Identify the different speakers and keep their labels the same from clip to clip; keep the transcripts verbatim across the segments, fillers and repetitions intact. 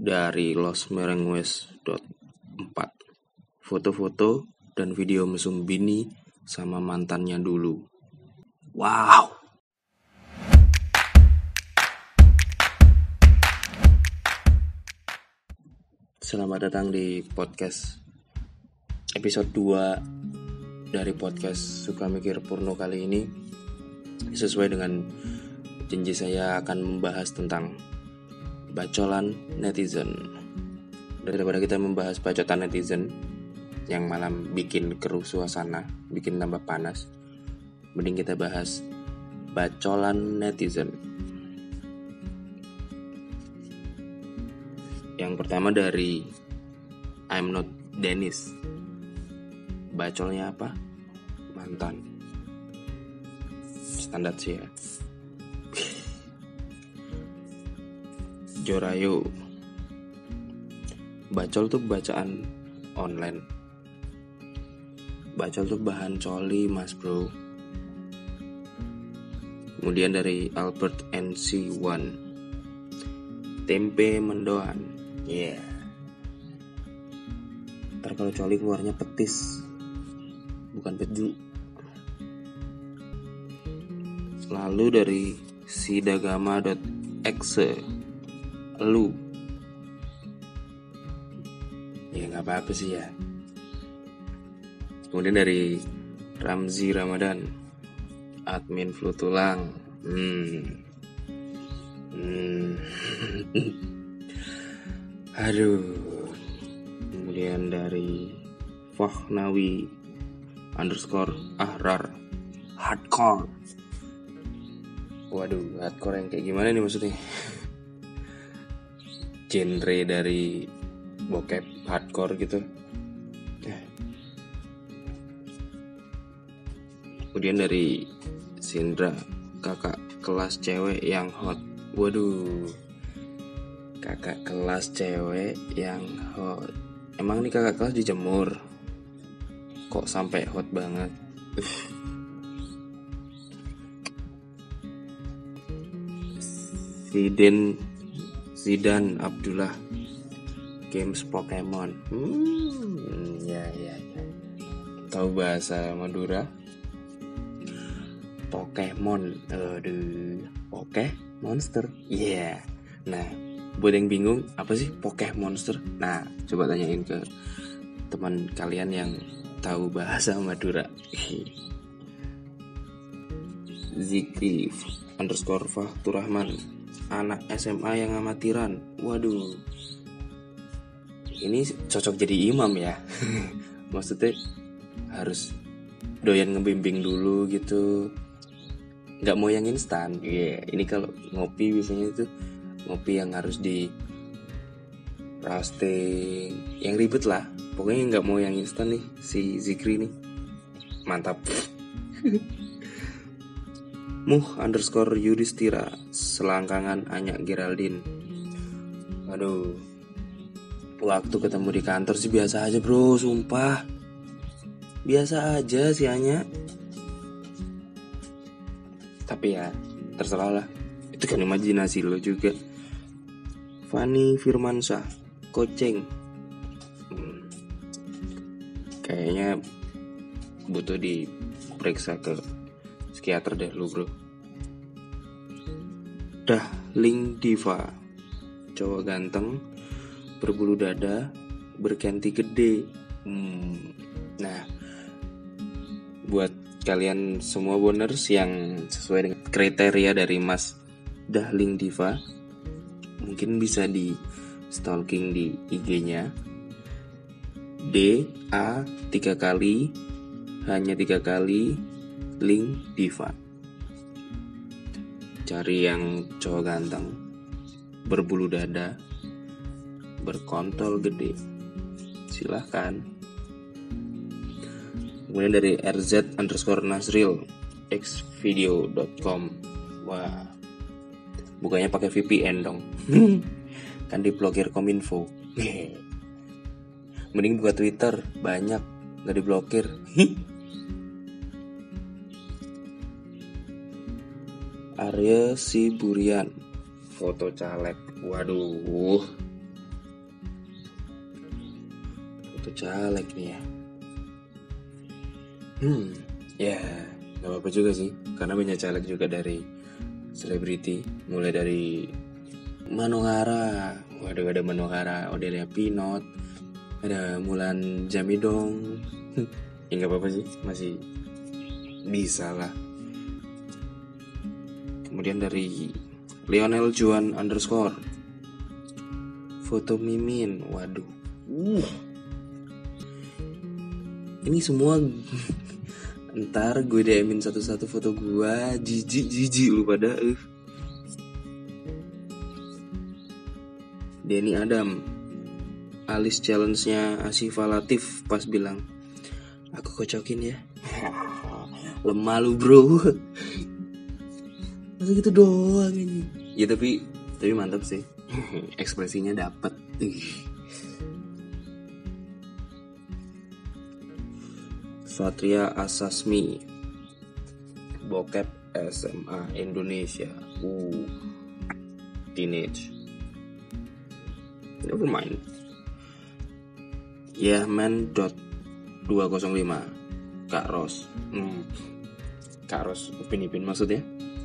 Speaker 1: dari Los Merengues dot empat. Foto-foto dan video mesum bini sama mantannya dulu. Wow. Selamat datang di podcast episode dua dari podcast Suka Mikir Porno kali ini. Sesuai dengan janji saya akan membahas tentang bacolan netizen. Daripada kita membahas bacotan netizen yang malah bikin keruh suasana, bikin tambah panas, mending kita bahas bacolan netizen. Yang pertama dari I'm Not Dennis. Bacolnya apa? Mantan. Standar sih ya. Jorayo. Bacol tuh bacaan online. Bacol tuh bahan coli mas bro. Kemudian dari Albert N C satu. Tempe mendoan. Ya yeah. Ntar kalau coli keluarnya petis, bukan peju. Lalu dari sidagama dot exe. Lu ya nggak apa-apa sih ya. Kemudian dari Ramzi Ramadan, admin flu tulang. hmm. Hmm. Aduh. Kemudian dari Fahnawi underscore ahrar hardcore. Waduh, hardcore yang kayak gimana nih maksudnya? Genre dari bokep hardcore gitu. Kemudian dari Sindra, kakak kelas cewek yang hot. Waduh, kakak kelas cewek yang hot. Emang nih kakak kelas dijemur? Kok sampai hot banget? Zidane Zidan Abdullah, games Pokemon. Hmm, ya ya ya. Tahu bahasa Madura? Pokemon. Aduh, Poke Monster. Iya. Yeah. Nah, buat yang bingung apa sih Poke Monster? Nah, coba tanyain ke teman kalian yang tahu bahasa Madura. Zikri underscore Fahturrahman, anak S M A yang amatiran. Waduh, ini cocok jadi imam ya. Maksudnya harus doyan ngebimbing dulu gitu, nggak mau yang instan. Iya, yeah. Ini kalau ngopi biasanya itu ngopi yang harus di roasting, yang ribet lah. Pokoknya nggak mau yang instan nih si Zikri nih. Mantap. Muh underscore Yudhistira, selangkangan Anyak Geraldine. Waduh, waktu ketemu di kantor sih biasa aja bro, sumpah. Biasa aja si Anyak. Tapi ya, terserah lah. Itu kan imajinasi lo juga. Fani Firmansyah, Koceng. hmm. Kayaknya butuh diperiksa ke psikiater deh lu bro. Dahling Diva, cowok ganteng, berbulu dada, berkenti gede. hmm. Nah, buat kalian semua boners yang sesuai dengan kriteria dari Mas Dahling Diva, mungkin bisa di stalking di I G-nya D A tiga kali hanya tiga kali Link Diva. Cari yang cowok ganteng, berbulu dada, berkontol gede. Silahkan. Kemudian dari R Z underscore Nasril xvideo dot com. Wah, bukanya pakai V P N dong. Kan diblokir Kominfo. Mending buka Twitter, banyak nggak diblokir. Arya Siburian, foto caleg. Waduh, foto caleg nih ya. Hmm, ya nggak apa-apa juga sih, karena banyak caleg juga dari selebriti, mulai dari Manohara, waduh ada Manohara, Odelia Pinot, ada Mulan Jamidong. Ya nggak apa-apa sih, masih bisa lah. Kemudian dari Lionel Juan underscore, foto Mimin, waduh, uh, ini semua ntar gue D M-in satu-satu foto gue, jijik-jijik lu pada. uh. Denny Adam, alis challenge-nya Asifa Latif pas bilang, aku kocokin ya. Lemah lu bro. Masa gitu doang ini. Ya tapi tapi mantap sih. Ekspresinya dapet. Satria Asasmi, bokep S M A Indonesia. Uh, teenage. Never mind. Yahman dot dua nol lima, Kak Ros. Hmm. Kak Ros Upin Ipin maksudnya.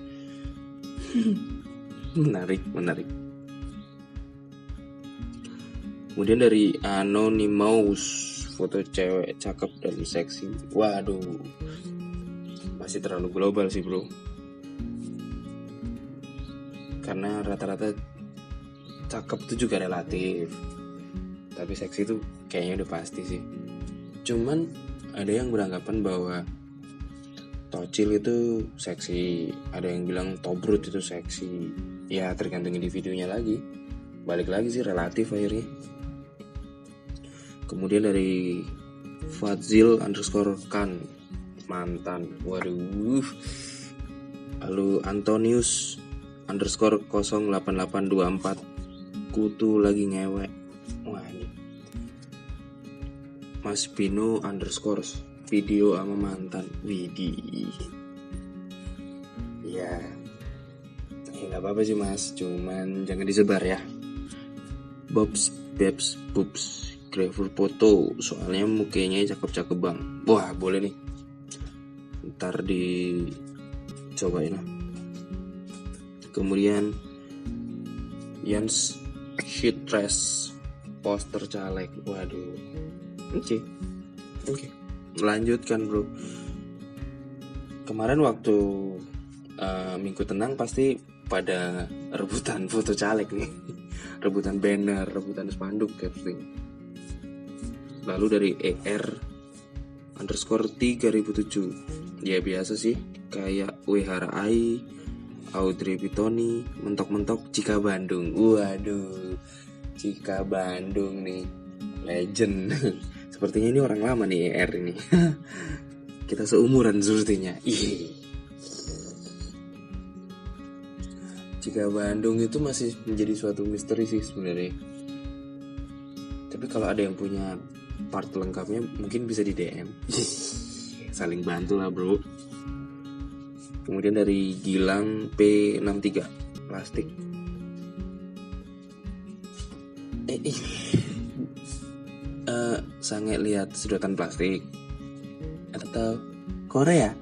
Speaker 1: Menarik, menarik. Kemudian dari Anonymous, foto cewek cakep dan seksi. Waduh, masih terlalu global sih bro, karena rata-rata cakep itu juga relatif, tapi seksi itu kayaknya udah pasti sih. Cuman ada yang beranggapan bahwa tocil itu seksi, ada yang bilang tobrut itu seksi. Ya tergantung individunya lagi, balik lagi sih relatif akhirnya. Kemudian dari Fadzil underscore kan, mantan, waduh. Lalu Antonius underscore nol delapan delapan dua empat, kutu lagi ngewek. Wah ini Mas Bino underscore video sama mantan. Widih. Ya, ya gak apa-apa sih mas, cuman jangan disebar ya. Bobs, Babs, Boobs, Graver foto, soalnya mukanya cakep-cakep bang. Wah boleh nih, ntar dicobain lah. Kemudian Jans Shit Dress, poster caleg. Waduh. Oke okay. Oke okay. Melanjutkan bro. Kemarin waktu uh, Minggu Tenang pasti pada rebutan foto caleg nih. Rebutan banner, rebutan spanduk capsing. Lalu dari E R underscore tiga ribu tujuh, ya biasa sih, kayak W H R I, Audrey Pitoni, mentok-mentok Cika Bandung. Waduh, Cika Bandung nih, legend. Sepertinya ini orang lama nih E R ini. Kita seumuran sepertinya. Ih. Cika Bandung itu masih menjadi suatu misteri sih sebenarnya. Tapi kalau ada yang punya part lengkapnya mungkin bisa di D M. Saling bantu lah bro. Kemudian dari Gilang P enam tiga, plastik. Eh, eh. Uh, sange lihat sedotan plastik atau Korea.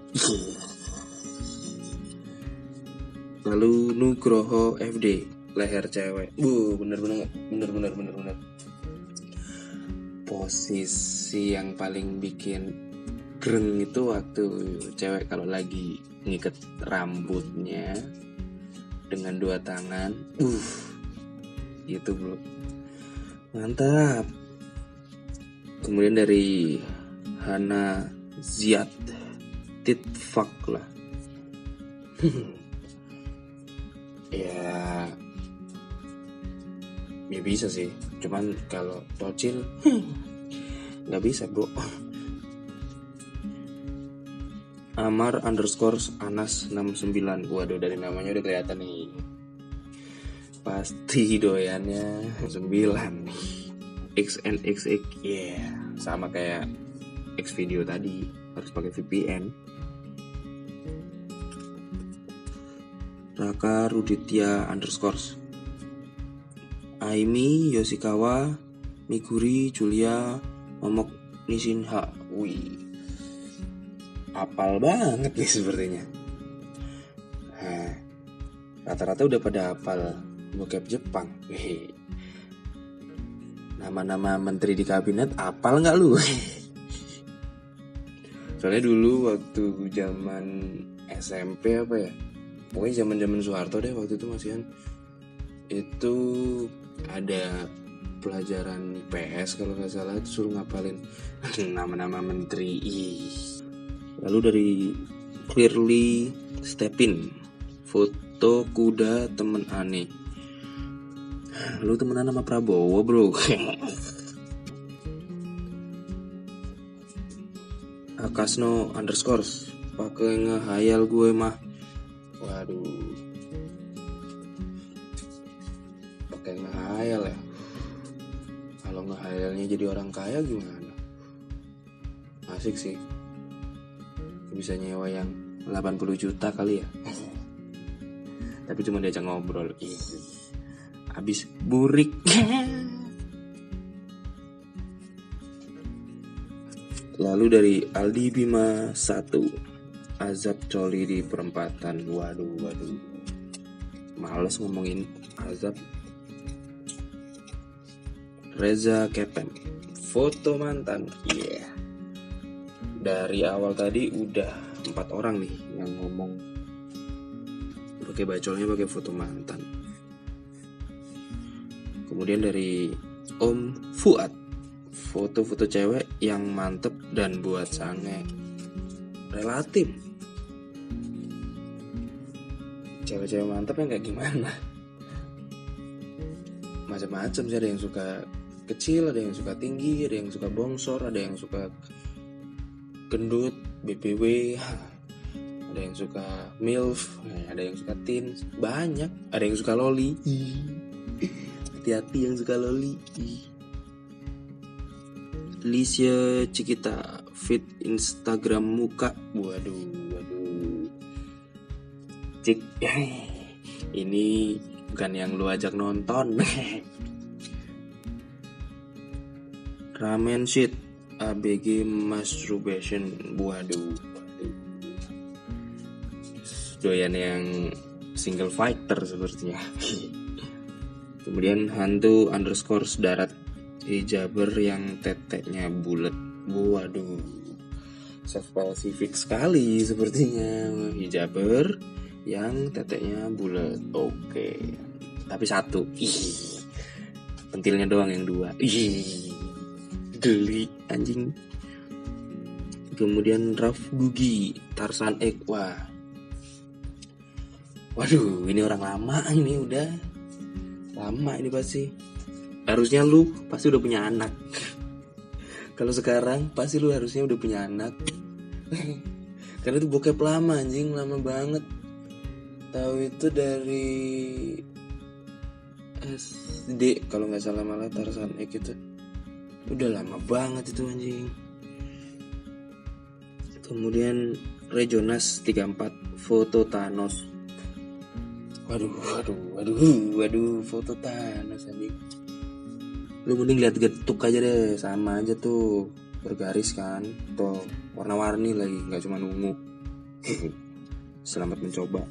Speaker 1: Lalu Nugroho F D, leher cewek. Bu, bener-bener, bener-bener, bener-bener. Posisi yang paling bikin greng itu waktu cewek kalau lagi ngikat rambutnya dengan dua tangan. Uh, itu bro, mantap. Kemudian dari Hana Ziad, tit fuck lah. Ya, ya bisa sih. Cuman kalau tocil nggak bisa bro. Amar underscore Anas enam sembilan. Waduh, dari namanya udah kelihatan nih, pasti doyannya sembilan. X N X X, yeah, sama kayak X video tadi, harus pakai V P N. Raka Ruditya underscore, Aimi Yoshikawa, Miguri Julia Momok Nishinha. Wih, apal banget nih sepertinya. Nah, rata-rata udah pada hafal bokep Jepang. Wih. Nama-nama menteri di kabinet apal nggak lu? Soalnya dulu waktu zaman S M P apa ya, pokoknya zaman-zaman Soeharto deh waktu itu masihan, itu ada pelajaran I P S kalau nggak salah, itu suruh ngapalin nama-nama menteri. Lalu dari Clearly Stepin, foto kuda temen aneh. Lu temenan sama Prabowo bro. Akasno underscores, pakai ngehayal gue mah. Waduh, pakai ngehayal ya. Kalau ngehayalnya jadi orang kaya gimana? Asik sih, bisa nyewa yang delapan puluh juta kali ya. Tapi cuma diajak ngobrol. Abis burik. Lalu dari Aldi Bima satu, azab coli di perempatan. Waduh, waduh, males ngomongin azab. Reza Kepen, foto mantan. Iya, yeah. Dari awal tadi udah empat orang nih yang ngomong pakai bacolnya pakai foto mantan. Kemudian dari Om Fuad, foto-foto cewek yang mantep dan buat sange. Relatif, cewek-cewek mantep yang kayak gimana? Macam-macam sih, ada yang suka kecil, ada yang suka tinggi, ada yang suka bongsor, ada yang suka gendut, B B W, ada yang suka milf, ada yang suka teen, banyak, ada yang suka loli. Hati-hati yang suka loli. Lisya Cikita, feed Instagram muka. Waduh, waduh. Cik, ini bukan yang lu ajak nonton. Ramen shit, A B G masturbation. Waduh, waduh. Doyan yang single fighter sepertinya. Kemudian hantu underscore darat, hijaber yang teteknya bulat. Waduh, spesifik sekali sepertinya. Hijaber yang teteknya bulat. Oke, tapi satu. Ih, pentilnya doang yang dua. Ih, geli anjing. Kemudian Raf Gugi, Tarsan Ek. Wah, waduh, ini orang lama ini, udah lama ini pasti. Harusnya lu pasti udah punya anak. Kalau sekarang pasti lu harusnya udah punya anak. Karena itu bokep lama anjing, lama banget. Tahu itu dari S D kalau nggak salah, malah Tarsan Ek itu udah lama banget itu anjing. Kemudian Rejonas tiga puluh empat, foto Thanos. Waduh, waduh, waduh, waduh, foto Thanos anjing. Lu mending lihat getuk aja deh, sama aja tuh, bergaris kan, tuh warna-warni lagi, nggak cuma ungu. Selamat mencoba.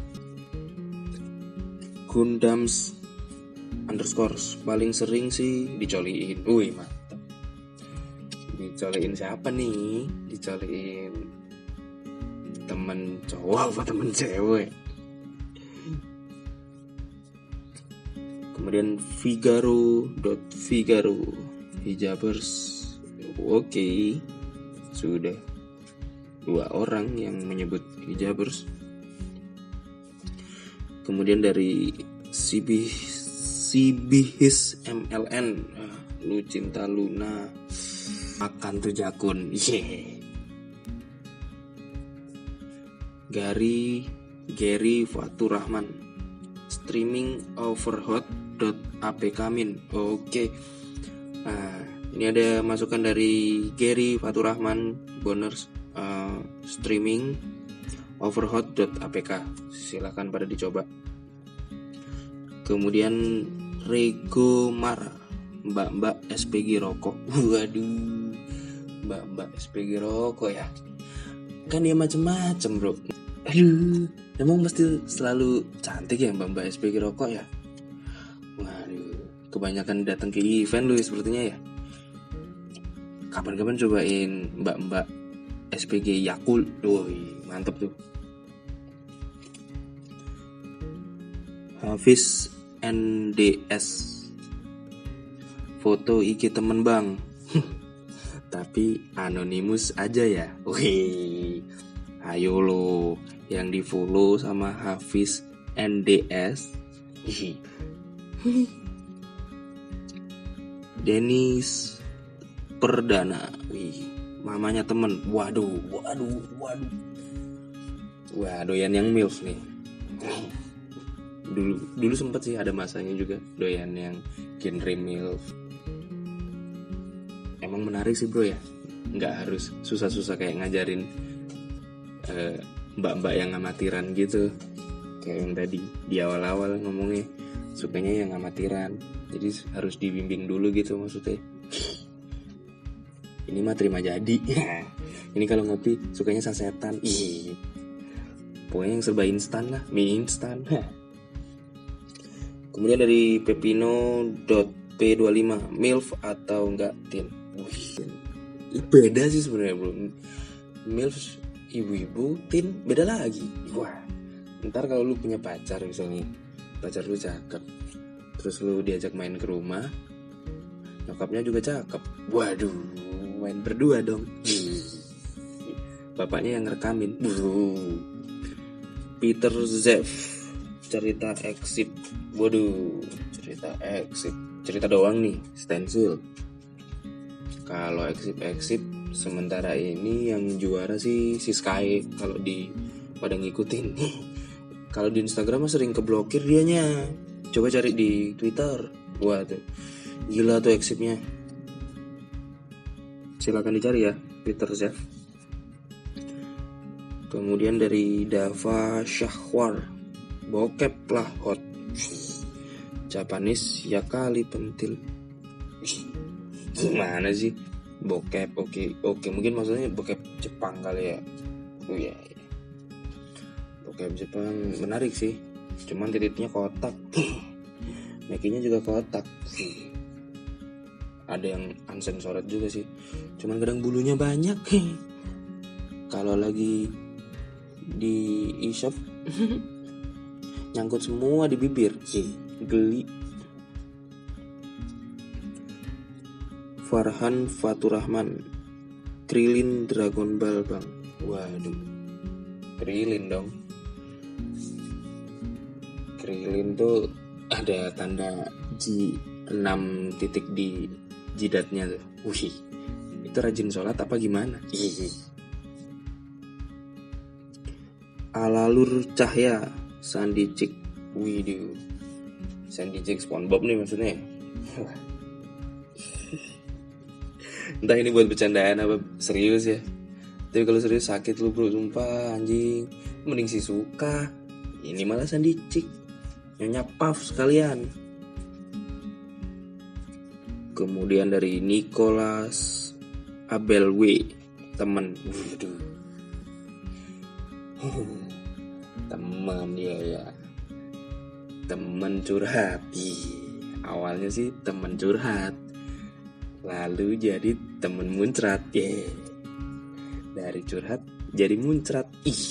Speaker 1: Gundams underscore, paling sering sih dicoliin. Wih, mantap. Dicoliin siapa nih? Dicoliin temen cowok apa temen cewek? Kemudian Figaro.Figaro, hijabers. Oke, sudah dua orang yang menyebut hijabers. Kemudian dari Sibih Sibihis M L N, ah, lu cinta Luna, akan tuh jakun. Yeah. Gary Gary Fatur Rahman, streaming overhot dot apk min. Oke. Nah, ini ada masukan dari Gary Fatur Rahman, boners, uh, streaming overhot dot apk. Silakan pada dicoba. Kemudian Rego Mara, Mbak-mbak S P G rokok. Waduh. mbak-mbak S P G rokok ya. Kan dia macem-macem bro. Aduh, emang mesti selalu cantik ya mbak-mbak S P G rokok ya? Waduh, kebanyakan datang ke event lu sepertinya ya. Kapan-kapan cobain mbak-mbak S P G Yakult. Woi, mantep tuh. Hafiz N D S, foto I G temen bang. Tapi anonimus aja ya. Wih, ayo lo yang di follow sama Hafiz N D S. Denis Perdana, wih, mamanya temen. Waduh, waduh, waduh. Wah, doyan yang milf nih. Dulu dulu sempet sih ada masanya juga doyan yang genre milf. Emang menarik sih bro ya, nggak harus susah-susah kayak ngajarin uh, mbak-mbak yang amatiran gitu. Kayak yang tadi di awal-awal ngomongnya sukanya yang amatiran, jadi harus dibimbing dulu gitu maksudnya. Ini mah terima jadi. Ini kalau ngopi sukanya sasetan. Ih, pokoknya yang serba instan lah, mie instan. Kemudian dari pepino dot p dua puluh lima, milf atau enggak tin? Wih, beda sih sebenarnya bro. Milf ibu-ibu, tin beda lagi. Wah, ntar kalau lu punya pacar misalnya, pacar lu cakep, terus lu diajak main ke rumah, nyokapnya juga cakep. Waduh, main berdua dong. Bapaknya yang ngerekamin. Peter Zeff, cerita exit. Waduh, cerita exit, cerita doang nih, stensil. Kalau exit-exit sementara ini yang juara sih si Sky kalau di pada ngikutin. Kalau di Instagram mah sering keblokir dianya. Coba cari di Twitter. Wah tuh, gila tuh exitnya. Silakan dicari ya, Peter Zeff. Kemudian dari Dava Syahwar, bokep lah hot. Japanese ya kali pentil. Gimana sih bokep? Oke oke mungkin maksudnya bokep Jepang kali ya. Oh iya, iya. Bokep Jepang menarik sih, cuman titiknya kotak. Makinya juga kotak. Ada yang uncensored juga sih, cuman kadang bulunya banyak. Kalau lagi di e-shop nyangkut semua di bibir. Geli. Farhan Faturrahman, Krillin Dragon Ball bang. Waduh, Krillin dong. Krillin tuh ada tanda G enam titik di jidatnya tuh. Wih, itu rajin sholat apa gimana? Alalur Cahya, Sandy Chick. Widiu, Sandy Chick SpongeBob nih maksudnya. Entah ini buat bercandaan apa serius ya. Tapi kalau serius sakit lu bro, sumpah anjing. Mending si Suka. Ini malah Sandy Chick, Nyonya Puff sekalian. Kemudian dari Nicholas Abel W, temen. Waduh, temen dia ya, temen curhat. Ih, awalnya sih temen curhat, lalu jadi temen muncrat. Yeah. Dari curhat jadi muncrat. Ih.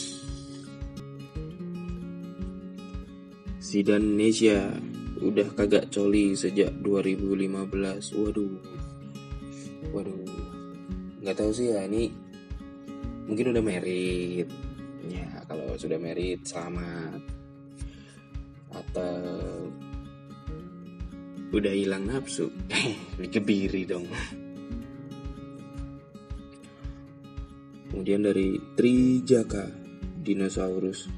Speaker 1: Zidane Nesia udah kagak coli sejak dua ribu lima belas. Waduh, waduh, nggak tahu sih ya, ini mungkin udah married. Ya kalau sudah married selamat. Atau udah hilang nafsu, dikebiri dong. Kemudian dari Trijaka, dinosaurus.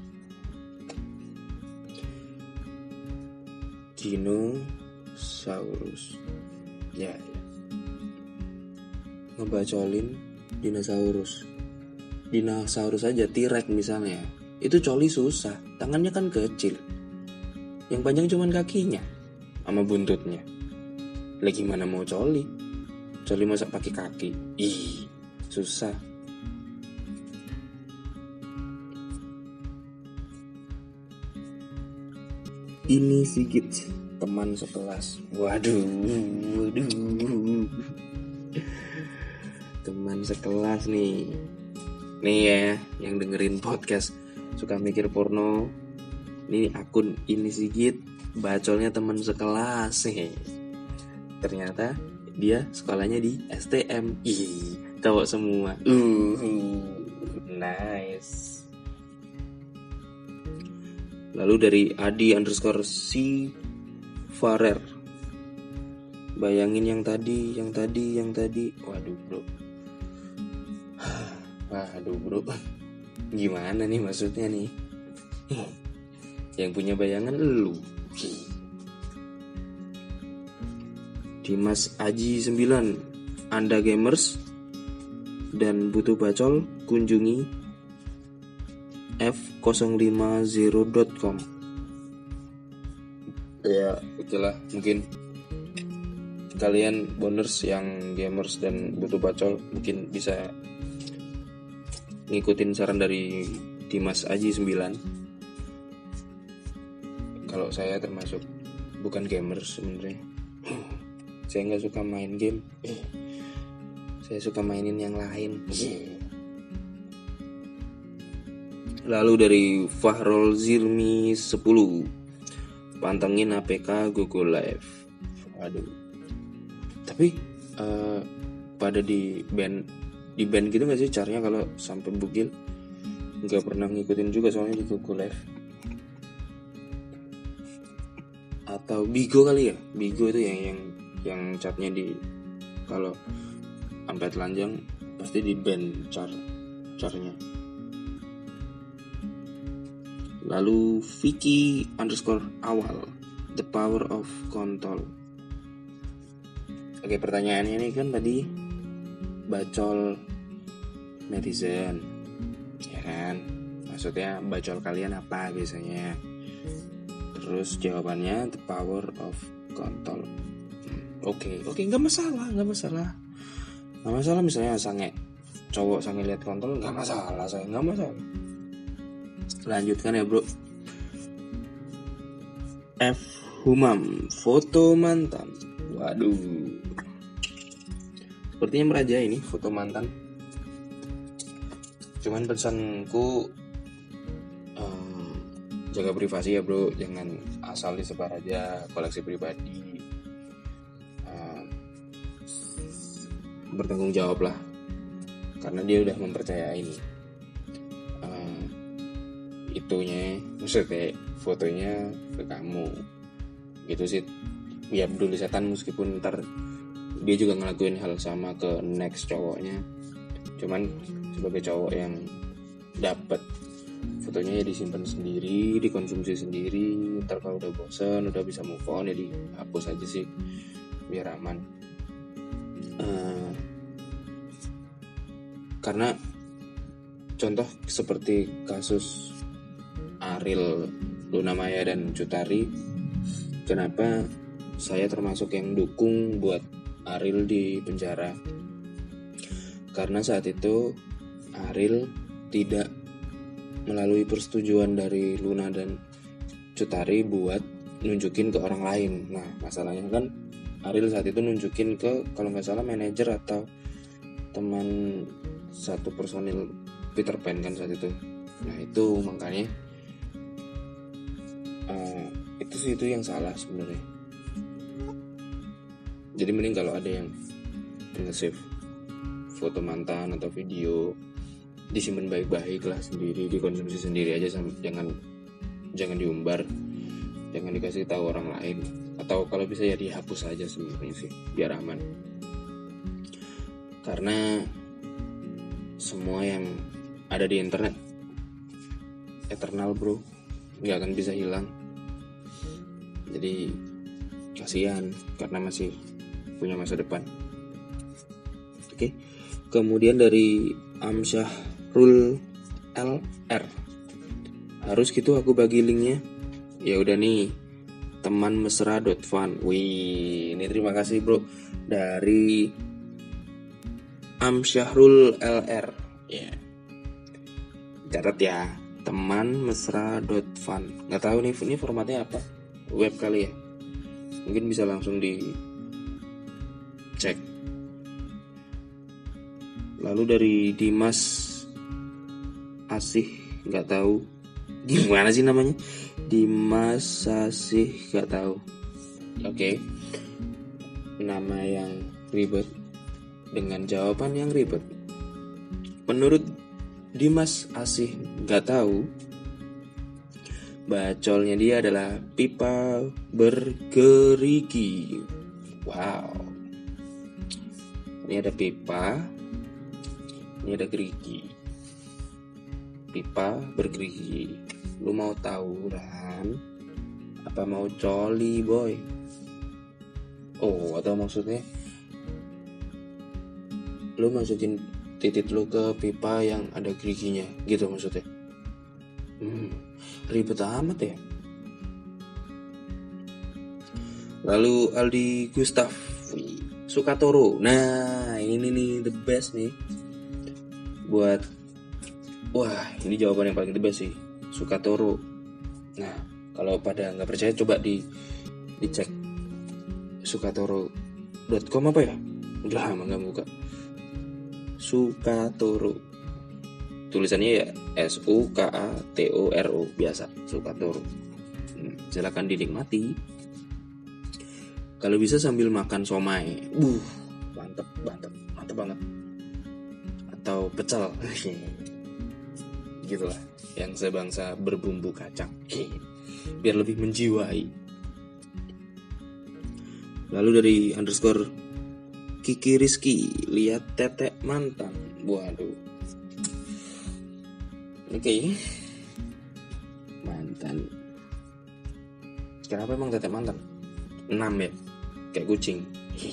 Speaker 1: Dinosaurus. Ya, ya. Ngebacolin dinosaurus. Dinosaurus aja, T-Rex misalnya, itu coli susah, tangannya kan kecil, yang panjang cuman kakinya sama buntutnya. Lagi gimana mau coli? Coli masa pakai kaki? Ih, susah. Ini Sigit, teman sekelas. Waduh, waduh. Teman sekelas nih. Nih ya, yang dengerin podcast Suka Mikir Porno. Ini akun Ini Sigit, bacolnya teman sekelas. Ternyata dia sekolahnya di S T M. Ih, cowok semua. Uh, nice. Lalu dari Adi underscore si Farer, bayangin yang tadi, yang tadi, yang tadi. Waduh bro, waduh bro, gimana nih maksudnya nih? Yang punya bayangan lu. Dimas Aji sembilan, Anda gamers dan butuh bacol, kunjungi f nol lima nol dot com. Ya, itulah mungkin kalian boners yang gamers dan butuh bacol mungkin bisa ngikutin saran dari Dimas Aji sembilan. Kalau saya termasuk bukan gamers sebenarnya. Saya nggak suka main game. Saya suka mainin yang lain. Lalu dari Fahrul Zilmi sepuluh, pantengin A P K Google Live. Waduh. Tapi uh, pada di band di band gitu nggak sih caranya kalau sampai bugil? Nggak pernah ngikutin juga soalnya di Google Live. Atau Bigo kali ya? Bigo itu yang yang yang catnya di kalau sampai telanjang pasti di band car caranya. Lalu Vicky underscore awal, the power of control. Oke, pertanyaannya ini kan tadi bacol netizen, ya kan? Maksudnya bacol kalian apa biasanya? Terus jawabannya the power of control. Oke, oke, nggak masalah, nggak masalah, nggak masalah. Misalnya sange cowok sange lihat kontol, nggak masalah, saya nggak masalah. Lanjutkan ya bro. F Humam, foto mantan. Waduh, sepertinya meraja ini foto mantan. Cuman pesanku um, jaga privasi ya bro. Jangan asal disebar aja, koleksi pribadi. um, Bertanggung jawab lah, karena dia udah mempercayai ini itunya, maksudnya fotonya ke kamu gitu sih. Ya peduli setan, meskipun ntar dia juga ngelakuin hal sama ke next cowoknya. Cuman sebagai cowok yang dapat fotonya ya disimpan sendiri, dikonsumsi sendiri. Ntar kalau udah bosan, udah bisa move on, ya dihapus aja sih biar aman. uh, Karena contoh seperti kasus Ariel, Luna Maya dan Cut Tari, kenapa saya termasuk yang dukung buat Ariel di penjara? Karena saat itu Ariel tidak melalui persetujuan dari Luna dan Cut Tari buat nunjukin ke orang lain. Nah, masalahnya kan Ariel saat itu nunjukin ke, kalau nggak salah, manajer atau teman satu personil Peter Pan kan saat itu. Nah itu makanya uh, itu sih itu yang salah sebenarnya. Jadi mending kalau ada yang nge-save foto mantan atau video, disimpan baik-baik lah sendiri, dikonsumsi sendiri aja, jangan jangan diumbar, jangan dikasih tahu orang lain, atau kalau bisa ya dihapus aja sebenarnya sih biar aman. Karena semua yang ada di internet eternal bro, nggak akan bisa hilang. Jadi kasihan karena masih punya masa depan. Oke, kemudian dari Amsyahrul L R, harus gitu aku bagi linknya. Ya udah nih, teman mesra dot fun. Wih, ini terima kasih bro dari Amsyahrul L R. Ya. Yeah. Catat ya, teman mesra dot fun. Nggak tahu nih ini formatnya apa, web kali ya. Mungkin bisa langsung dicek. Lalu dari Dimas Asih, nggak tahu gimana sih namanya. Dimas Asih, nggak tahu. Oke, okay. Nama yang ribet dengan jawaban yang ribet. Menurut Dimas Asih nggak tahu, bacolnya dia adalah pipa bergerigi. Wow. Ini ada pipa, ini ada gerigi. Pipa bergerigi. Lu mau tawuran apa mau coli, boy? Oh, atau maksudnya lu masukin titik lu ke pipa yang ada geriginya, gitu maksudnya. Hmm, ribet amat ya. Lalu Aldi Gustaf Sukatoro. Nah, ini nih the best nih. Buat wah, ini jawaban yang paling the best sih. Sukatoro. Nah, kalau pada nggak percaya coba di dicek sukatoro dot com apa ya? Udah lama nggak buka. Sukatoro. Tulisannya ya S U K A T O R O biasa, Sukatoro. Hmm, silakan dinikmati. Kalau bisa sambil makan somai. Uh, mantep, mantep, mantep banget. Atau pecel. Gitulah, yang sebangsa berbumbu kacang. Biar lebih menjiwai. Lalu dari underscore Kiki Rizky, lihat tetek mantan. Waduh. Oke, okay. Mantan. Kenapa emang tetek mantan? enam ya, kayak kucing.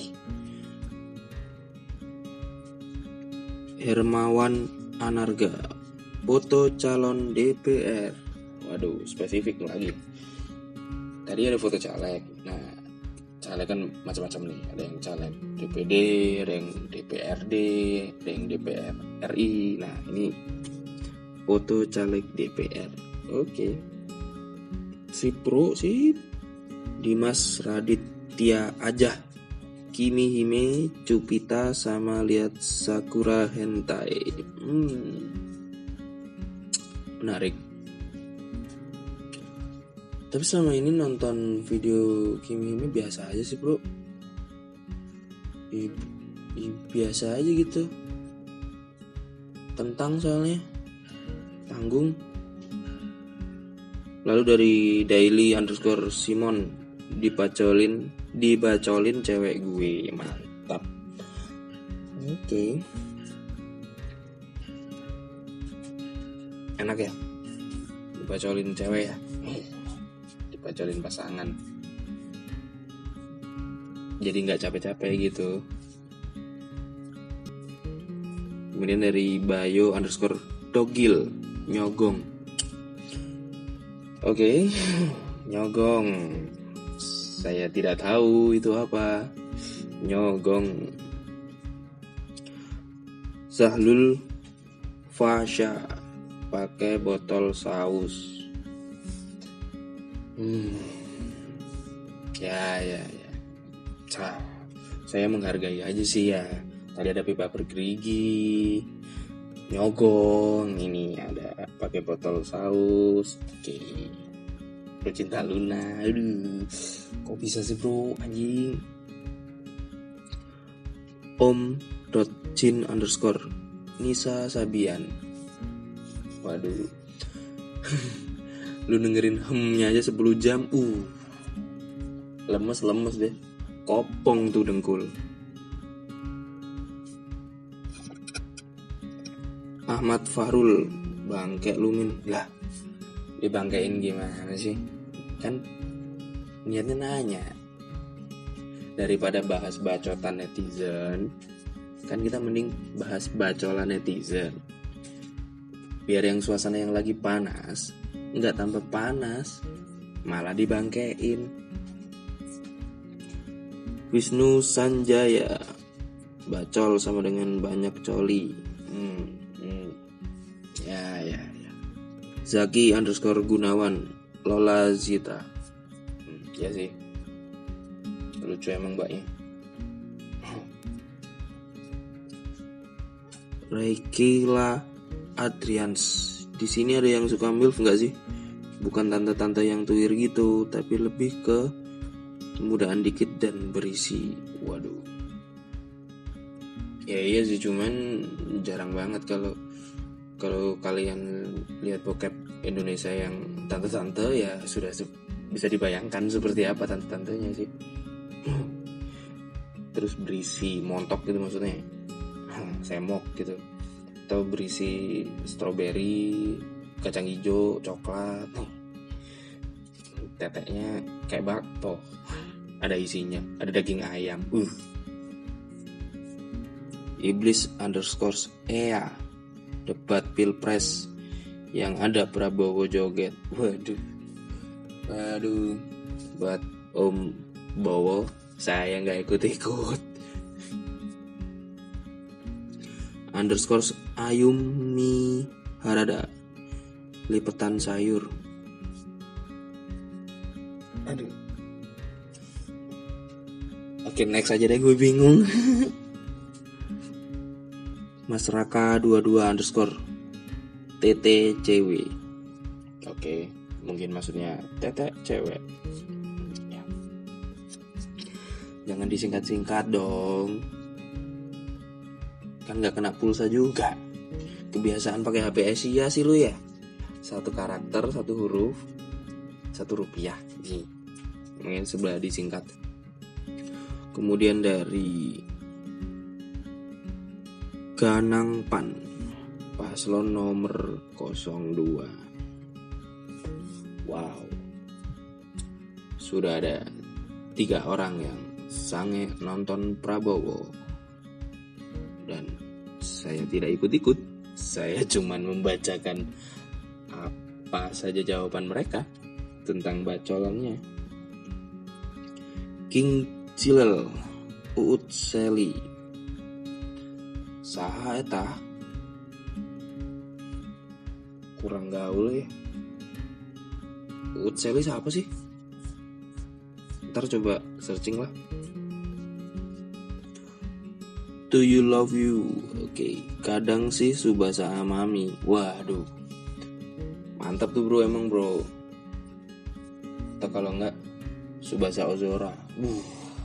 Speaker 1: Hermawan Anarga, foto calon D P R. Waduh, spesifik lagi. Tadi ada foto caleg. Nah, caleg kan macam-macam nih. Ada yang caleg D P D, ada yang D P R D, ada yang D P R R I. Nah, ini foto caleg D P R. Oke. Si pro sih Dimas Raditya aja. Kimi Hime, Cupita sama lihat Sakura Hentai. Hmm. Menarik. Tapi selama ini nonton video Kimi Hime biasa aja sih, bro. I, i, biasa aja gitu. Tentang soalnya tanggung. Lalu dari daily underscore Simon, dibacolin dibacolin cewek gue, mantap. Oke, okay. Enak ya dibacolin cewek ya, dibacolin pasangan, jadi nggak capek-capek gitu. Kemudian dari Bayo underscore Dogil, nyogong. Oke, okay. Nyogong. Saya tidak tahu itu apa. Nyogong. Zahlul Fasya, pakai botol saus. Hmm. Ya, ya, ya. Cah, saya menghargai aja sih ya. Tadi ada pipa bergerigi, nyogong, ini ada pakai botol saus. Oke. Bro Cinta Luna. Aduh. Kok bisa sih, bro? Anjing. Om dot jin underscore Nisa Sabian. Waduh. Lu dengerin hemnya aja sepuluh jam. Uh. Lemes-lemes deh. Kopong tuh dengkul. Ahmad Fahrul, bangke lumin. Lah, dibangkein gimana sih? Kan niatnya nanya. Daripada bahas bacotan netizen, kan kita mending bahas bacolan netizen. Biar yang suasana yang lagi panas nggak tambah panas, malah dibangkein. Wisnu Sanjaya, Bacol sama dengan banyak coli. hmm, hmm. Ya ya ya. Zaki underscore Gunawan Lola Zita. hmm, Ya sih, lucu emang mbaknya. Raikila Adrians. Di sini ada yang suka milf nggak sih? Bukan tante-tante yang tuir gitu, tapi lebih ke kemudahan dikit dan berisi. Waduh. Ya iya sih, cuman jarang banget kalau kalau kalian lihat bokep Indonesia yang tante-tante, ya sudah se- bisa dibayangkan seperti apa tante-tantenya sih. Terus berisi montok gitu maksudnya. Semok gitu, atau berisi stroberi, kacang hijau, coklat. Teteknya kayak bakpo, ada isinya, ada daging ayam. uh. Iblis underscore Ea, debat pilpres yang ada Prabowo joget. Waduh, waduh, buat Om Bowo saya nggak ikut-ikut. Underscore Ayumi Harada, lipetan sayur. Aduh. Oke, next aja deh, gue bingung. Mas Raka dua puluh dua underscore T T C W. Oke, mungkin maksudnya tete cewek. Ya. Jangan disingkat-singkat dong. Kan gak kena pulsa juga. Kebiasaan pakai H P Asia sih lu ya. Satu karakter, satu huruf, satu rupiah. Nih, mungkin sebelah disingkat. Kemudian dari Ganang Pan, paslon nomor nol dua. Wow, sudah ada tiga orang yang sange nonton Prabowo. Dan saya tidak ikut-ikut. Saya cuman membacakan apa saja jawaban mereka tentang bacolannya. King Cilel, Uut Seli, saha eta? Kurang gaul ya. Uut Seli siapa sih? Ntar coba searching lah. Do you love you? Oke, okay. Kadang sih Subasa Amami. Waduh, mantap tuh bro, emang bro. Atau kalau enggak Subasa Ozora. uh.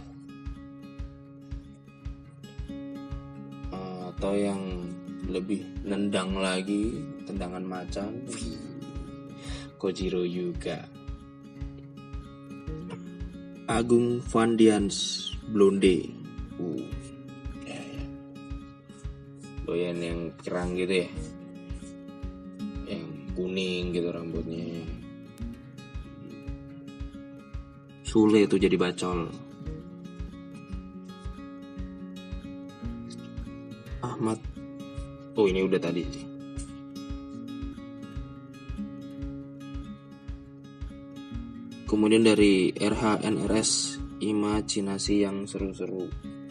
Speaker 1: uh, Atau yang lebih nendang lagi, tendangan macan, Kojiro Yuga. Agung Vandians Blonde. uh. Doyan yang kerang gitu ya, yang kuning gitu rambutnya. Sule tuh jadi bacol. Ahmad, oh ini udah tadi sih. Kemudian dari R H N R S, imajinasi yang seru-seru.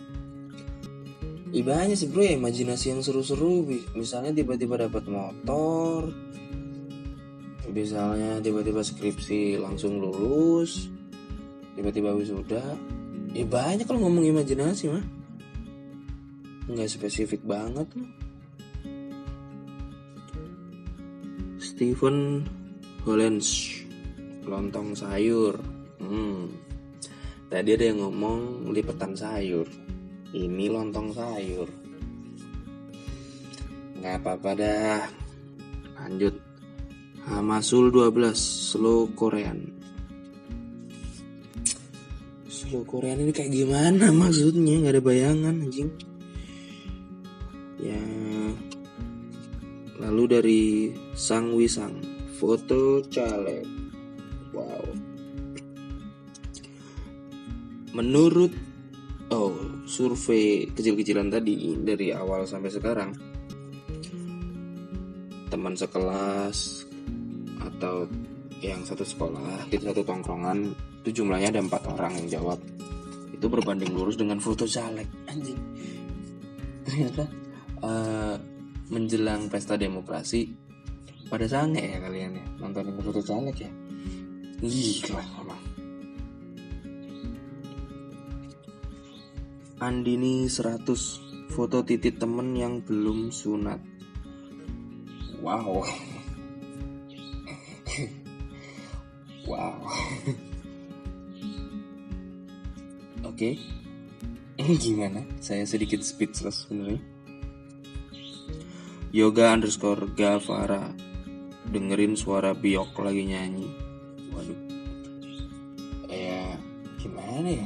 Speaker 1: Ih, banyak sih bro ya imajinasi yang seru-seru. Misalnya tiba-tiba dapat motor, misalnya tiba-tiba skripsi langsung lulus, tiba-tiba wisuda. Ya banyak kalau ngomong imajinasi mah, nggak spesifik banget loh. Stephen Hollens, lontong sayur. hmm. Tadi ada yang ngomong lipetan sayur, ini lontong sayur. Nggak apa-apa dah. Lanjut. Hamasul dua belas, slow Korean. Slow Korean ini kayak gimana maksudnya? Nggak ada bayangan anjing. Ya. Lalu dari Sang Wisang, foto caleg. Wow. Menurut Oh, survei kecil-kecilan tadi dari awal sampai sekarang, teman sekelas atau yang satu sekolah, kita satu tongkrongan, itu jumlahnya ada empat orang yang jawab. Itu berbanding lurus dengan foto caleg, anjing. Ternyata uh, menjelang pesta demokrasi pada sange ya kalian ya, nontonin foto caleg ya. Gila emang. Andini seratus, foto titik temen yang belum sunat. Wow. Wow. Oke. Ini gimana? Saya sedikit speechless sebenarnya. Yoga underscore Gavara, dengerin suara Biok lagi nyanyi. Waduh. Ya gimana ya?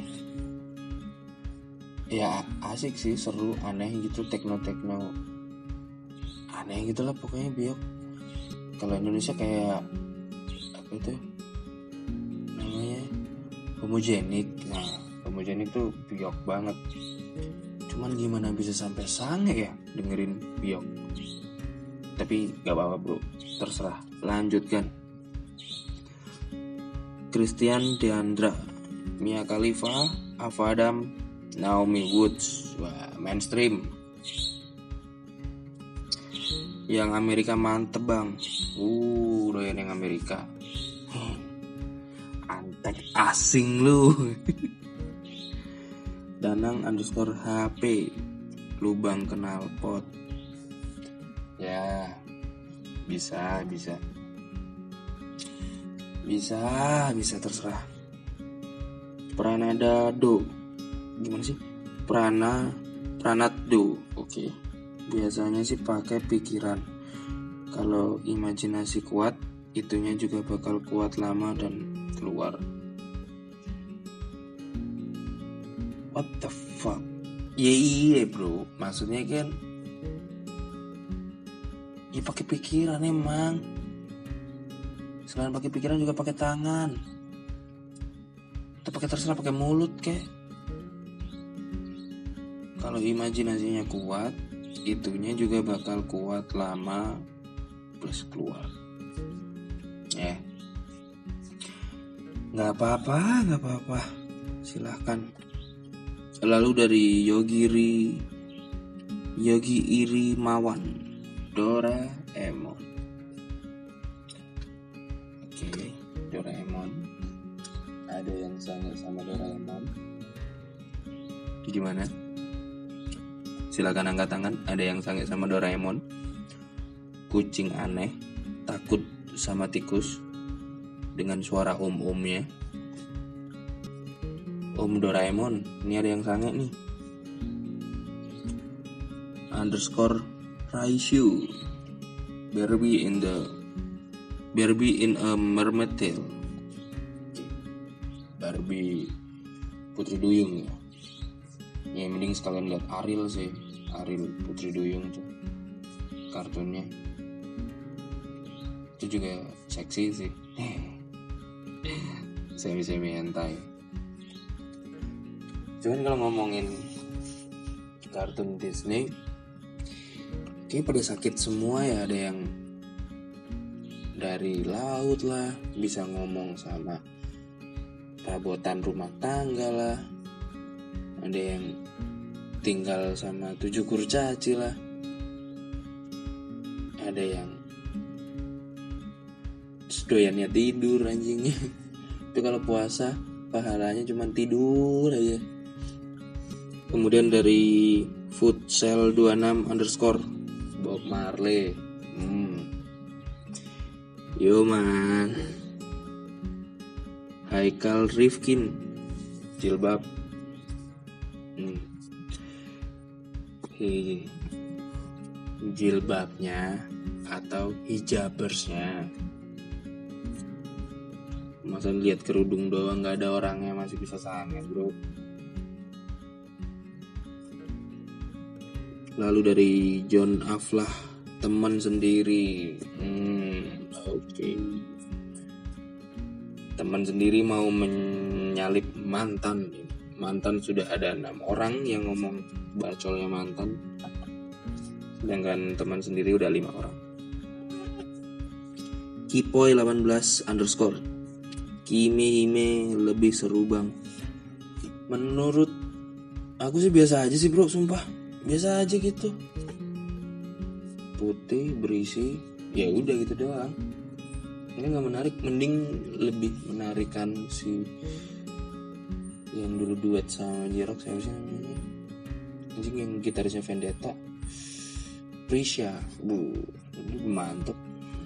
Speaker 1: Ya asik sih, seru, aneh gitu, tekno-tekno aneh gitu lah pokoknya Biok. Kalau Indonesia kayak apa itu namanya, homogenik. Nah, homogenik tuh Biok banget. Cuman gimana bisa sampai sange ya dengerin Biok. Tapi gak apa-apa bro, terserah, lanjutkan. Christian Deandra, Mia Khalifa, Avadam, Naomi Woods. Wah, mainstream. Yang Amerika mantep bang. Uh, doyan yang Amerika. Antek asing lu. Danang underscore H P, lubang knalpot. Ya, bisa, bisa. Bisa, bisa terserah. Pranadado. Gimana sih? Prana Pranado. Oke. Biasanya sih pakai pikiran. Kalau imajinasi kuat, itunya juga bakal kuat lama dan keluar. What the fuck? Ya iya bro, maksudnya kan ya pakai pikiran emang. Selain pakai pikiran juga pakai tangan. Atau pakai terserah pakai mulut kek. Kalau imajinasinya kuat, itunya juga bakal kuat lama plus keluar. Eh, nggak apa-apa, nggak apa-apa. Silahkan. Lalu dari Yogiri, Yogi Iri Mawan, Doraemon. Oke, Doraemon. Ada yang sange sama Doraemon? Gimana? Silakan angkat tangan. Ada yang sange sama Doraemon? Kucing aneh, takut sama tikus dengan suara om-omnya. Om Doraemon, ini ada yang sange nih. Underscore Raishu, Barbie in the Barbie in a mermaid tail. Barbie Putri Duyung ya. Ya mending sekalian lihat Ariel sih, Ariel Putri Duyung tuh kartunnya. Itu juga seksi sih. Semi-semi hentai. Cuman kalau ngomongin kartun Disney, kayaknya pada sakit semua ya. Ada yang dari laut lah, bisa ngomong sama perabotan rumah tangga lah. Ada yang tinggal sama tujuh kurcaci lah. Ada yang doyannya tidur anjingnya. Itu kalau puasa pahalanya cuma tidur aja. Kemudian dari futsal dua puluh enam underscore Bob Marley. hmm. Yo man. Haikal Rifkin, jilbab. hmm. Hi, jilbabnya atau hijabersnya. Masa lihat kerudung doang gak ada orangnya masih bisa sange bro. Lalu dari John Aflah, teman sendiri. hmm, Oke okay. Teman sendiri mau menyalip mantan. Mantan sudah ada enam orang yang ngomong bacolnya mantan, sedangkan teman sendiri udah lima orang. Kipoy delapan belas underscore Kimi Hime lebih seru bang. Menurut aku sih biasa aja sih bro, sumpah. biasa aja gitu, putih berisi, ya udah gitu doang. Ini nggak menarik, mending lebih menarikan si yang dulu duet sama J-Rock, siapa sih namanya, anjing yang gitarisnya Vendetta, Prisya, bu, ini mantep.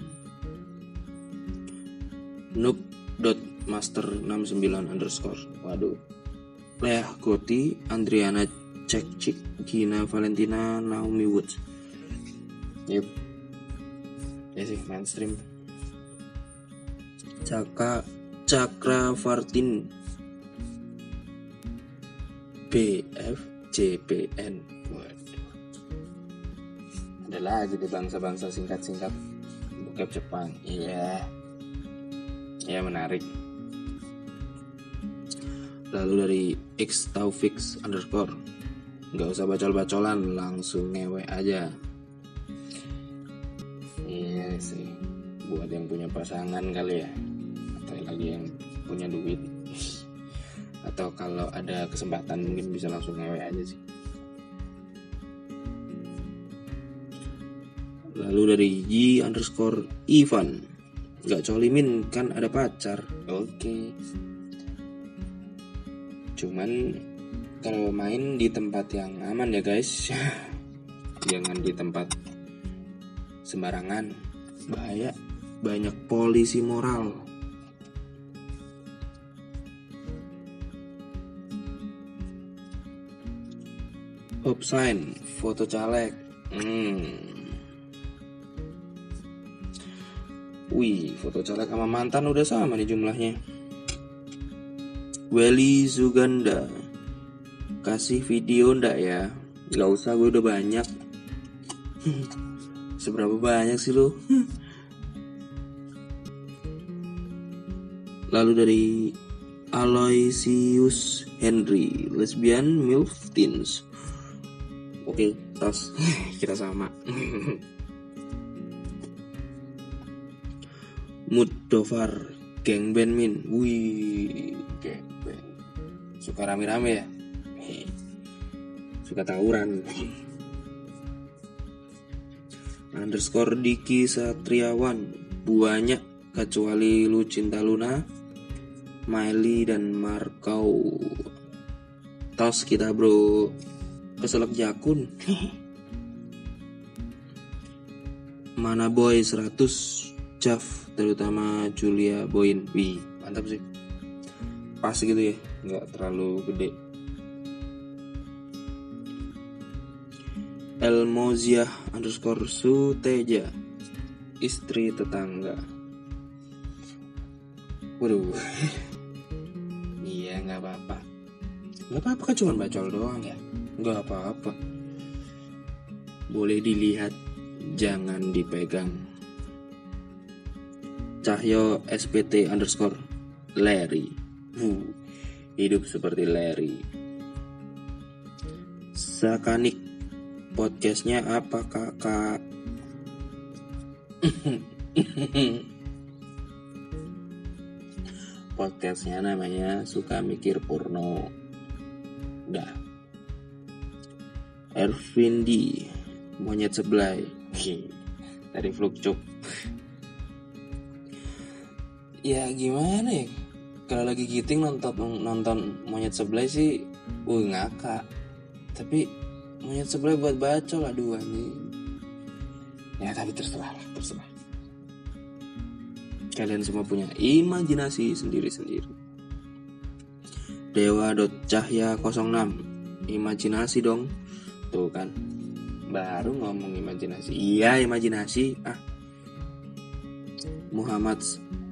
Speaker 1: Noob dot master enam sembilan underscore, waduh, Lea Goti, Andriana Cekcik, Gina Valentina, Naomi Woods. Yep, ya sih mainstream. Caka Cakra Vartin, B F J P N. Waduh, ada lagi di bangsa-bangsa singkat-singkat bokep Jepang. Iya, ya menarik. Lalu dari X Taufix underscore, nggak usah bacol-bacolan, langsung ngewe aja. Iya sih, buat yang punya pasangan kali ya, atau lagi yang punya duit, atau kalau ada kesempatan mungkin bisa langsung ngewe aja sih. Lalu dari Y underscore Ivan, nggak colimin kan ada pacar. Oke, cuman kalau main di tempat yang aman ya guys, jangan di tempat sembarangan, bahaya, banyak polisi moral. Hope sign, foto caleg. Hmm. Wih, foto caleg sama mantan udah sama nih jumlahnya. Welly Suganda, kasih video ndak ya? Gak usah, gue udah banyak. Seberapa banyak sih lo? Lalu dari Aloysius Henry, lesbian milf teens. Oke, tos. Kita sama. Mudovar, geng band min. Wih, geng band. Suka rame-rame ya? Suka tawuran. Underscore Diki Satriawan, banyak kecuali Lu Cinta Luna, Miley dan Markau. Tos kita bro, keselak jakun. Mana boy seratus, Jav, terutama Julia Boyin. Wih, mantap sih. Pas gitu ya, nggak terlalu gede. Elmoziah underscore Suteja, istri tetangga. Waduh. Iya, nggak apa-apa. Nggak apa-apa kan, cuma bacol doang ya. Nggak apa-apa. Boleh dilihat, jangan dipegang. Cahyo S P T underscore Larry. Uh, hidup seperti Larry. Sakanik, podcastnya apa kakak? Podcastnya namanya Suka Mikir Porno. Udah. Ervin D, monyet sebelah. Dari Flukcuk. Ya gimana ya, kalau lagi giting nonton nonton monyet sebelah sih, uh ngakak. Tapi monyet sebelah buat bacol, aduh anjing. Ya tapi terserah lah, terserah. Kalian semua punya imajinasi sendiri-sendiri. Dewa.cahya nol enam, imajinasi dong. Tuh kan, baru ngomong imajinasi. Iya imajinasi. Ah, Muhammad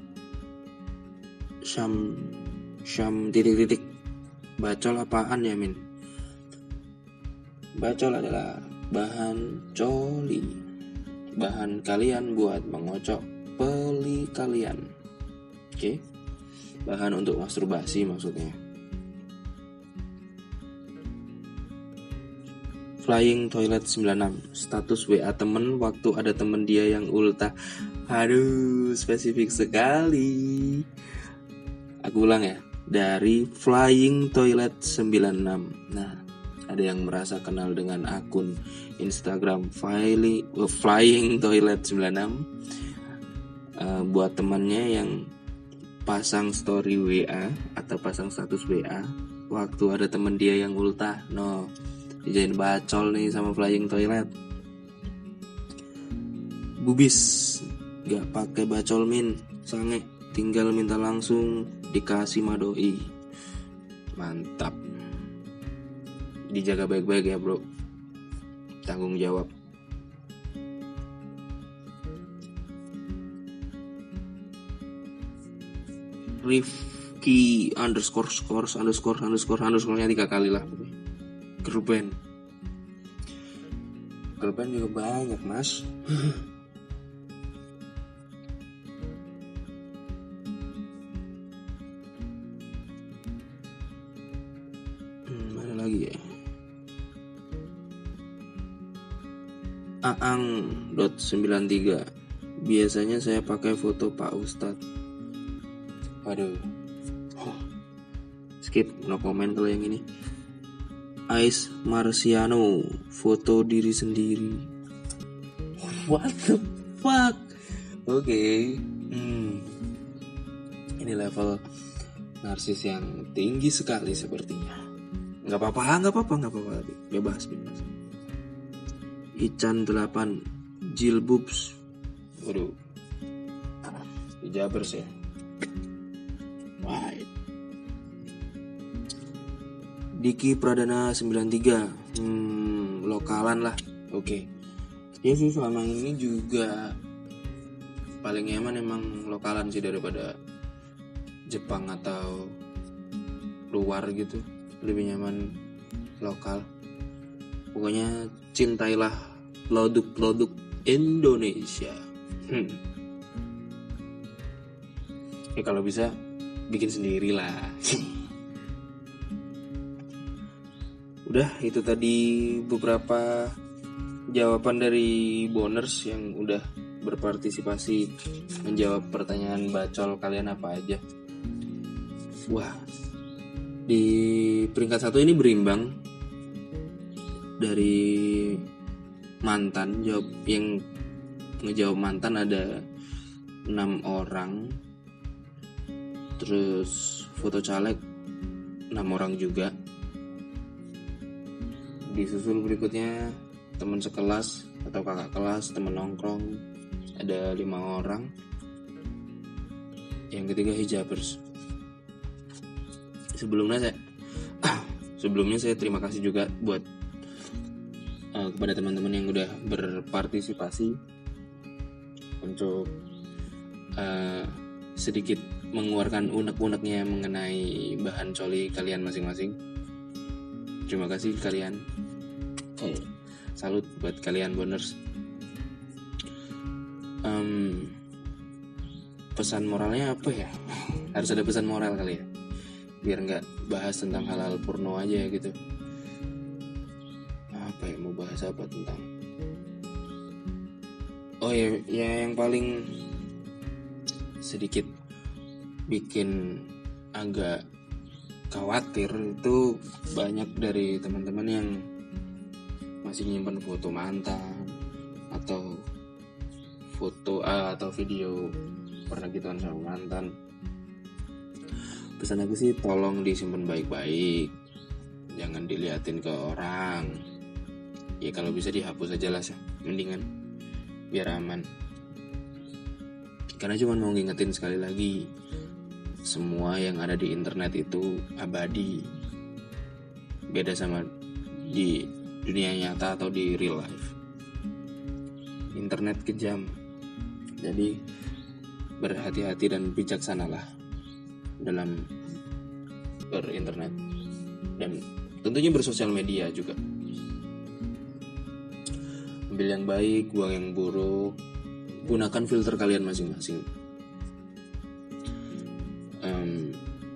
Speaker 1: Syam Syam titik-titik, bacol apaan ya min? Bacol adalah bahan coli, bahan kalian buat mengocok peli kalian. Oke, bahan untuk masturbasi maksudnya. Flying Toilet sembilan enam, status W A temen waktu ada temen dia yang ultah. Aduh, spesifik sekali. Aku ulang ya, dari Flying Toilet sembilan enam. Nah, ada yang merasa kenal dengan akun Instagram Flying, Flying Toilet sembilan enam. uh, Buat temannya yang pasang story W A atau pasang status W A waktu ada temen dia yang ultah, no, dijadiin bacol nih sama Flying Toilet. Bubis, gak pakai bacol min, sange, tinggal minta langsung dikasih madoi. Mantap. Dijaga baik-baik ya bro, tanggung jawab. Rifki underscore scores underscore underscore underscore-nya tiga kali lah. Girl band. Girl band juga banyak mas. hmm, Mana lagi ya? Aang dot sembilan tiga. Biasanya saya pakai foto Pak Ustadz. Waduh, oh, skip, no comment kalau yang ini. Ais Marciano, foto diri sendiri. What the fuck? Oke, okay. hmm. Ini level narsis yang tinggi sekali sepertinya. Gak apa-apa, gak apa-apa, gak apa-apa, bebas, bebas. Ican delapan, Jilbubs. Waduh, dijabers ya. Right. Diki Pradana sembilan tiga, hmm, lokalan lah. Oke. Okay. Ya sih selama ini juga paling nyaman emang lokalan sih daripada Jepang atau luar gitu. Lebih nyaman lokal. Pokoknya cintailah produk-produk Indonesia. Hmm. Ya kalau bisa bikin sendiri lah. Udah, itu tadi beberapa jawaban dari boners yang udah berpartisipasi menjawab pertanyaan bacol kalian apa aja. Wah, di peringkat satu ini berimbang dari mantan. Jawab yang ngejawab mantan ada enam orang. Terus foto caleg enam orang juga. Disusul berikutnya teman sekelas atau kakak kelas, teman nongkrong ada lima orang. Yang ketiga hijabers. Sebelumnya saya sebelumnya saya terima kasih juga buat uh, kepada teman-teman yang udah berpartisipasi untuk uh, sedikit mengeluarkan unek-uneknya mengenai bahan coli kalian masing-masing. Terima kasih kalian. Oh, salut buat kalian boners. Um, pesan moralnya apa ya? Harus ada pesan moral kali ya, biar nggak bahas tentang halal porno aja gitu. Apa ya, mau bahas apa tentang? Oh ya, ya yang paling sedikit bikin agak khawatir itu banyak dari teman-teman yang masih nyimpan foto mantan atau foto uh, atau video pernah gituan sama mantan. Pesan aku sih tolong disimpan baik-baik, jangan diliatin ke orang. Ya kalau bisa dihapus aja lah, mendingan biar aman. Karena cuma mau ngingetin sekali lagi, semua yang ada di internet itu abadi. Beda sama di dunia nyata atau di real life. Internet kejam. Jadi berhati-hati dan bijaksanalah dalam berinternet. Dan tentunya bersosial media juga. Ambil yang baik, buang yang buruk. Gunakan filter kalian masing-masing. Um,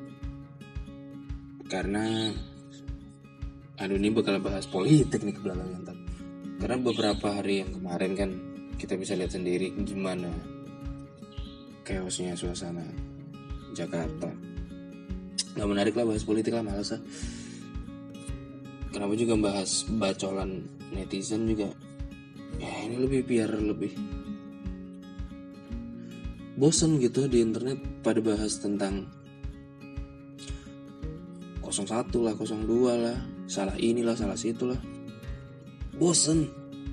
Speaker 1: karena aduh ini bakal bahas politik nih ke belakang ntar. Karena beberapa hari yang kemarin kan kita bisa lihat sendiri gimana chaosnya suasana Jakarta. Gak menarik lah bahas politik lah, malas lah. kenapa juga bahas bacolan netizen juga. Ya ini lebih biar lebih bosen gitu di internet pada bahas tentang nol satu lah, nol dua lah, salah inilah, salah situ lah. Bosen.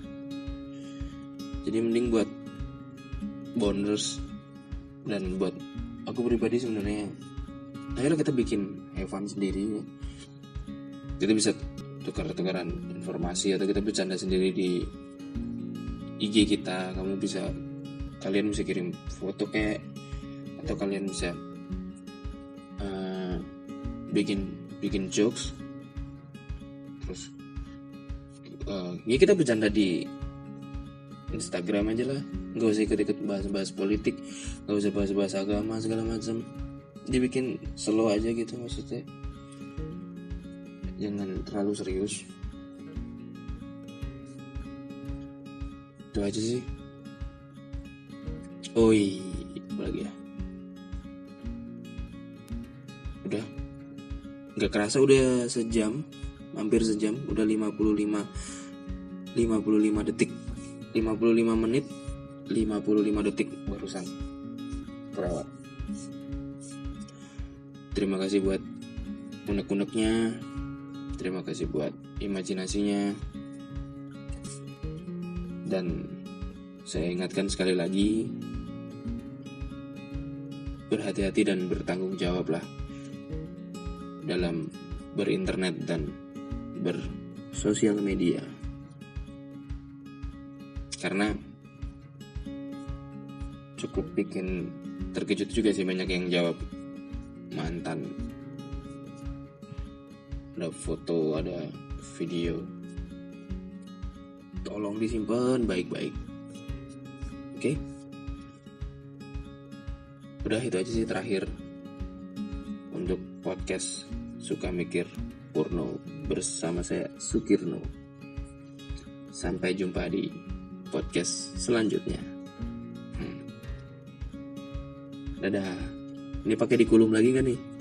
Speaker 1: Jadi mending buat Bonders dan buat aku pribadi sebenarnya, akhirnya kita bikin Evan sendiri. Kita bisa tukar-tukaran informasi atau kita bercanda sendiri di I G kita. Kamu bisa, kalian bisa kirim foto kayak, atau kalian bisa uh, bikin bikin jokes. Terus uh, ya kita bercanda di Instagram aja lah, nggak usah ikut-ikut bahas-bahas politik, nggak usah bahas-bahas agama segala macam. Dibikin slow aja gitu, maksudnya jangan terlalu serius. Itu aja sih. Oh iya, apa lagi ya? Udah nggak kerasa udah sejam, hampir sejam, udah lima puluh lima detik, lima puluh lima menit, lima puluh lima detik barusan kelewat. Terima kasih buat unek-uneknya, terima kasih buat imajinasinya, dan saya ingatkan sekali lagi, berhati-hati dan bertanggung jawablah dalam berinternet dan bersosial media. Karena cukup bikin terkejut juga sih, banyak yang jawab mantan. Ada foto, ada video. Tolong disimpan baik-baik. Oke? Udah itu aja sih terakhir untuk podcast Suka Mikir Purno bersama saya Sukirno. Sampai jumpa di podcast selanjutnya. Hmm. Dadah. Ini pakai dikulum lagi kan nih?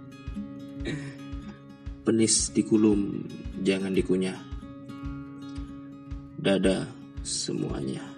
Speaker 1: Penis dikulum, jangan dikunyah. Dadah semuanya.